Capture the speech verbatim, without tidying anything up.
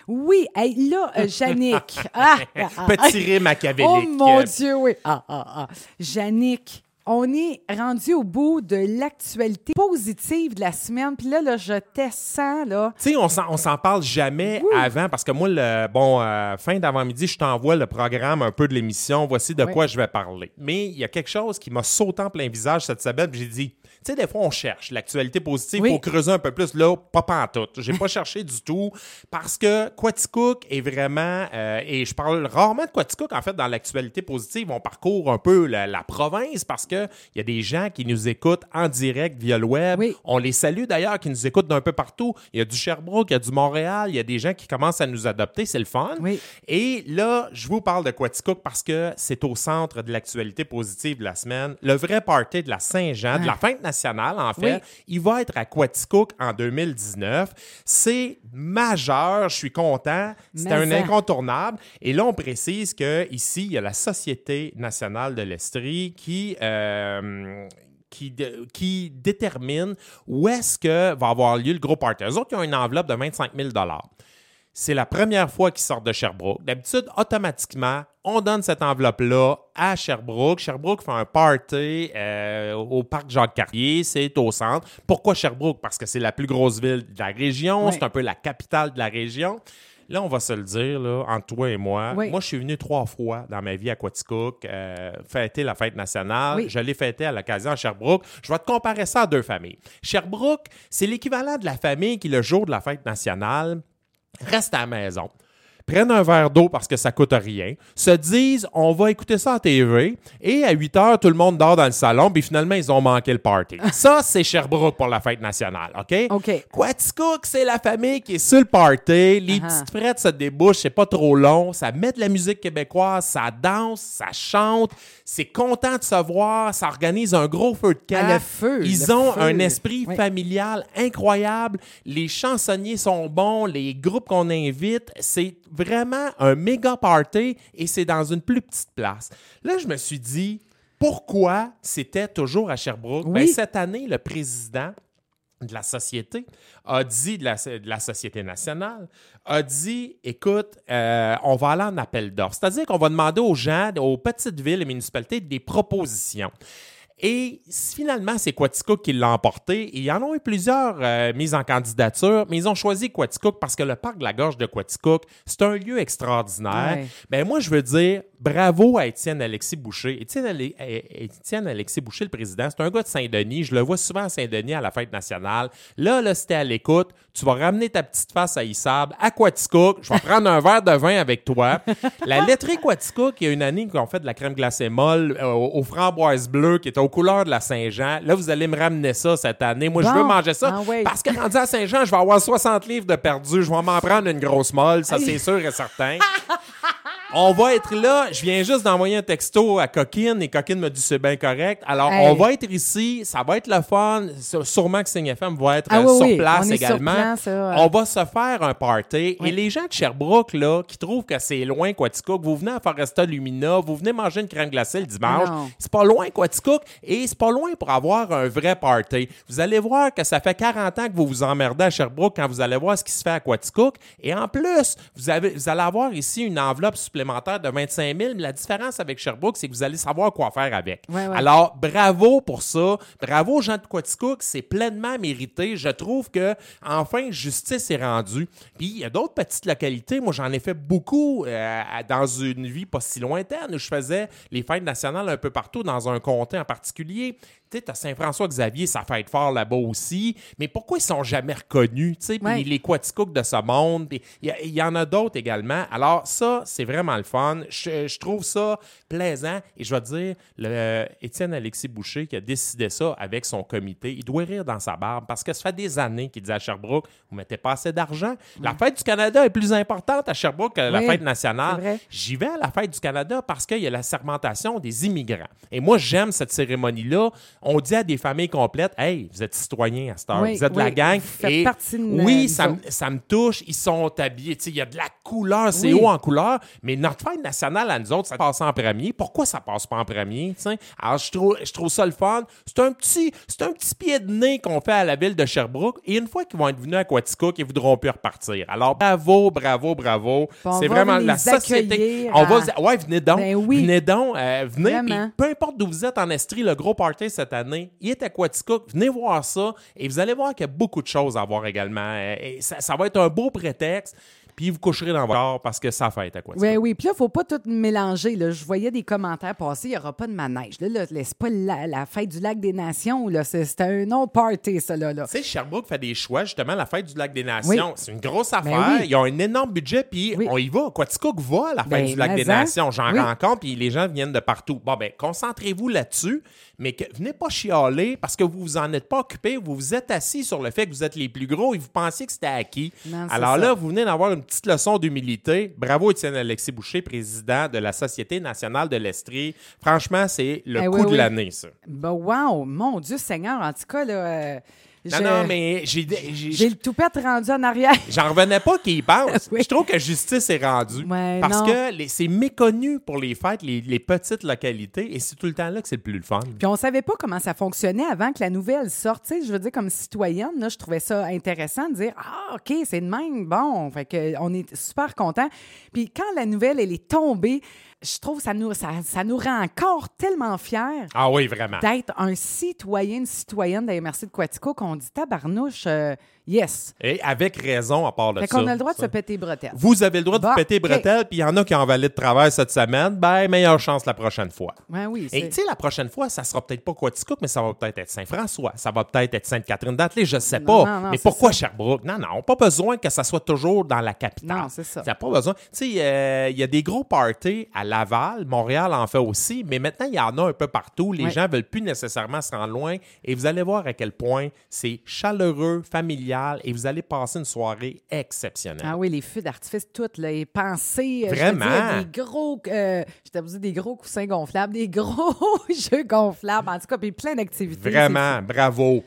Oui, hey, là, euh, Jannick. Ah, ah, ah, Petit rire machiavélique. Oh mon Dieu, oui. Ah, ah, ah. Jannick, on est rendu au bout de l'actualité positive de la semaine. Puis là, là, je te sens, là. Tu sais, on s'en, on s'en parle jamais Oui. avant parce que moi, le, bon, euh, fin d'avant-midi, je t'envoie le programme un peu de l'émission. Voici de Oui. quoi je vais parler. Mais il y a quelque chose qui m'a sauté en plein visage cette semaine. Puis j'ai dit, tu sais, des fois, on cherche l'actualité positive Oui. pour creuser un peu plus. Là, pas pantoute. J'ai pas cherché du tout parce que Quaticook est vraiment... euh, et je parle rarement de Quaticook, en fait, dans l'actualité positive. On parcourt un peu la, la province parce qu'il y a des gens qui nous écoutent en direct via le web. Oui. On les salue d'ailleurs, qui nous écoutent d'un peu partout. Il y a du Sherbrooke, il y a du Montréal, il y a des gens qui commencent à nous adopter. C'est le fun. Oui. Et là, je vous parle de Quaticook parce que c'est au centre de l'actualité positive de la semaine. Le vrai party de la Saint-Jean, de la fête nationale, en fait, Oui. il va être à Quaticook en deux mille dix-neuf. C'est majeur, je suis content. C'était un Mais ça. incontournable. Et là, on précise qu'ici, il y a la Société nationale de l'Estrie qui... euh, Qui, de- qui détermine où est-ce que va avoir lieu le gros party. Eux autres, ils ont une enveloppe de vingt-cinq mille dollars. C'est la première fois qu'ils sortent de Sherbrooke. D'habitude, automatiquement, on donne cette enveloppe-là à Sherbrooke. Sherbrooke fait un party euh, au parc Jacques-Cartier. C'est au centre. Pourquoi Sherbrooke? Parce que c'est la plus grosse ville de la région. Oui. C'est un peu la capitale de la région. Là, on va se le dire, là, entre toi et moi. Oui. Moi, je suis venu trois fois dans ma vie à Quaticook euh, fêter la fête nationale. Oui. Je l'ai fêté à l'occasion à Sherbrooke. Je vais te comparer ça à deux familles. Sherbrooke, c'est l'équivalent de la famille qui, le jour de la fête nationale, reste à la maison, prennent un verre d'eau parce que ça coûte rien, se disent on va écouter ça à T V et à huit heures, tout le monde dort dans le salon puis finalement, ils ont manqué le party. Ça, c'est Sherbrooke pour la fête nationale, OK? OK. Quaticook, c'est la famille qui est sur le party. Les Uh-huh. petites frettes se débouchent, c'est pas trop long. Ça met de la musique québécoise, ça danse, ça chante. C'est content de se voir. Ça organise un gros feu de camp. Ah, le feu, Ils le ont feu. un esprit Oui. familial incroyable. Les chansonniers sont bons. Les groupes qu'on invite, c'est vraiment un méga party et c'est dans une plus petite place. Là, je me suis dit, pourquoi c'était toujours à Sherbrooke? Oui. Ben, cette année, le président de la société a dit, de la, de la Société nationale, a dit, écoute, euh, on va aller en appel d'offres. C'est-à-dire qu'on va demander aux gens, aux petites villes et municipalités des propositions. Et finalement, c'est Quaticook qui l'a emporté. Il y en a eu plusieurs euh, mises en candidature, mais ils ont choisi Quaticook parce que le parc de la Gorge de Quaticook, c'est un lieu extraordinaire. Ouais. Ben moi, je veux dire bravo à Étienne Alexis Boucher. Étienne, Ale- Étienne Alexis Boucher, le président, c'est un gars de Saint-Denis. Je le vois souvent à Saint-Denis à la fête nationale. Là, là, si t'es à l'écoute, tu vas ramener ta petite face à Issab, à Quaticook. Je vais prendre un verre de vin avec toi. La laiterie Quaticook, il y a une année qu'ils ont fait de la crème glacée molle euh, aux framboises bleues qui était aux couleurs de la Saint-Jean. Là, vous allez me ramener ça cette année. Moi, je Bon. veux manger ça Ah ouais. parce que rendu à Saint-Jean, je vais avoir soixante livres de perdu. Je vais m'en prendre une grosse molle, ça c'est sûr et certain. On va être là. Je viens juste d'envoyer un texto à Coquine et Coquine me dit c'est bien correct. Alors, Hey. on va être ici. Ça va être le fun. Sûrement que Signe F M va être Ah euh, oui, sur oui. place On est sur également. place, ça. On va se faire un party. Oui. Et les gens de Sherbrooke, là, qui trouvent que c'est loin, Quaticook, vous venez à Foresta Lumina, vous venez manger une crème glacée le dimanche. Non. C'est pas loin, Quaticook. Et c'est pas loin pour avoir un vrai party. Vous allez voir que ça fait quarante ans que vous vous emmerdez à Sherbrooke quand vous allez voir ce qui se fait à Quaticook. Et en plus, vous, avez, vous allez avoir ici une enveloppe supplémentaire de vingt-cinq mille. Mais la différence avec Sherbrooke, c'est que vous allez savoir quoi faire avec. Ouais, ouais. Alors, bravo pour ça. Bravo aux gens de Quaticook. C'est pleinement mérité. Je trouve que enfin justice est rendue. Puis, il y a d'autres petites localités. Moi, j'en ai fait beaucoup euh, dans une vie pas si lointaine où je faisais les fêtes nationales un peu partout dans un comté en particulier. Tu sais, t'as Saint-François-Xavier, ça fête fort là-bas aussi. Mais pourquoi ils sont jamais reconnus? Tu sais, puis Ouais. les Quaticook de ce monde. Il y, y en a d'autres également. Alors, ça, c'est vraiment le fun. Je, je trouve ça plaisant. Et je vais te dire, le Étienne Alexis Boucher qui a décidé ça avec son comité, il doit rire dans sa barbe parce que ça fait des années qu'il dit à Sherbrooke, vous mettez pas assez d'argent. La fête du Canada est plus importante à Sherbrooke que la Oui, fête c'est nationale. vrai. J'y vais à la fête du Canada parce qu'il y a la sermentation des immigrants. Et moi, j'aime cette cérémonie-là on dit à des familles complètes, « Hey, vous êtes citoyens à cette heure, Oui, vous êtes de oui, la gang. » vous faites Et partie de oui, nous ça, me- autres. ça me touche. Ils sont habillés. Il y a de la couleur, c'est Oui. haut en couleur. Mais notre fête nationale à nous autres, ça passe en premier. Pourquoi ça passe pas en premier? T'sais? Alors, je trouve, je trouve ça le fun. C'est un petit, c'est un petit pied de nez qu'on fait à la ville de Sherbrooke. Et une fois qu'ils vont être venus à Quaticook, ils voudront plus repartir. Alors, bravo, bravo, bravo. On C'est va vraiment les la société. accueillir On à- va, ouais, venez donc. Ben oui. Venez donc. euh, venez. Vraiment. Puis peu importe d'où vous êtes en Estrie, le gros party cette année, il est à Quaticook. Venez voir ça. Et vous allez voir qu'il y a beaucoup de choses à voir également. Euh, Et ça, ça va être un beau prétexte. Puis vous coucherez dans votre corps parce que ça fait à Quaticook. Oui, oui. Puis là, il ne faut pas tout mélanger. Là. Je voyais des commentaires passer, il n'y aura pas de manège. Là, là, là, c'est pas la, la fête du lac des Nations. Là. C'est, c'est un autre party, ça. Là, là. Tu sais, Sherbrooke fait des choix. Justement, la fête du Lac des Nations, Oui. c'est une grosse affaire. Ben oui. Ils ont un énorme budget, puis Oui. on y va. Quaticook va à la fête Ben, du Lac mais des en. Nations. J'en Oui. rencontre, puis les gens viennent de partout. Bon, ben, concentrez-vous là-dessus, mais que, venez pas chialer parce que vous vous en êtes pas occupé. Vous vous êtes assis sur le fait que vous êtes les plus gros et vous pensiez que c'était acquis. Non, c'est Alors ça. là, vous venez d'avoir une petite leçon d'humilité. Bravo, Étienne-Alexis Boucher, président de la Société nationale de l'Estrie. Franchement, c'est le Eh coup oui, de oui. l'année, ça. Ben, wow! Mon Dieu Seigneur! En tout cas, là... euh, Non, je- non, mais j'ai... j'ai- J'ai le toupette rendu en arrière. J'en revenais pas qu'il y pense. Oui. Je trouve que justice est rendue. Ouais, parce non. que les- c'est méconnu pour les fêtes, les, les petites localités, et c'est tout le temps là que c'est le plus le fun. Puis on savait pas comment ça fonctionnait avant que la nouvelle sorte. Tu sais, je veux dire, comme citoyenne, là, je trouvais ça intéressant de dire « Ah, OK, c'est de même. Bon. » Fait que on est super contents. Puis quand la nouvelle, elle est tombée, je trouve que ça nous, ça, ça nous rend encore tellement fiers Ah oui, vraiment. d'être un citoyen, une citoyenne de la M R C de Quaticook. On dit « Tabarnouche, euh, yes. Et avec raison, à part » de Fait ça. qu'on a le droit de ça. se péter les bretelles. Vous avez le droit de Bon, vous péter les OK. bretelles, puis il y en a qui en valaient de travail cette semaine. Ben, meilleure chance la prochaine fois. Ouais, oui, Et c'est... tu sais, la prochaine fois, ça sera peut-être pas Quaticook, mais ça va peut-être être Saint-François. Ça va peut-être être Sainte-Catherine-d'Athlée, je sais pas. non, non, mais c'est pourquoi ça. Sherbrooke? Non, non, pas besoin que ça soit toujours dans la capitale. Non, c'est ça. T'as pas besoin. Tu sais, euh, il y a des gros parties à Laval, Montréal en fait aussi, mais maintenant, il y en a un peu partout. Les Ouais. gens veulent plus nécessairement se rendre loin et vous allez voir à quel point c'est chaleureux, familial et vous allez passer une soirée exceptionnelle. Ah oui, les feux d'artifice, toutes, là, et pensées. euh, je veux Vraiment? dire, des gros, euh, je t'avais dit des gros coussins gonflables, des gros jeux gonflables, en tout cas, puis plein d'activités. Vraiment, bravo.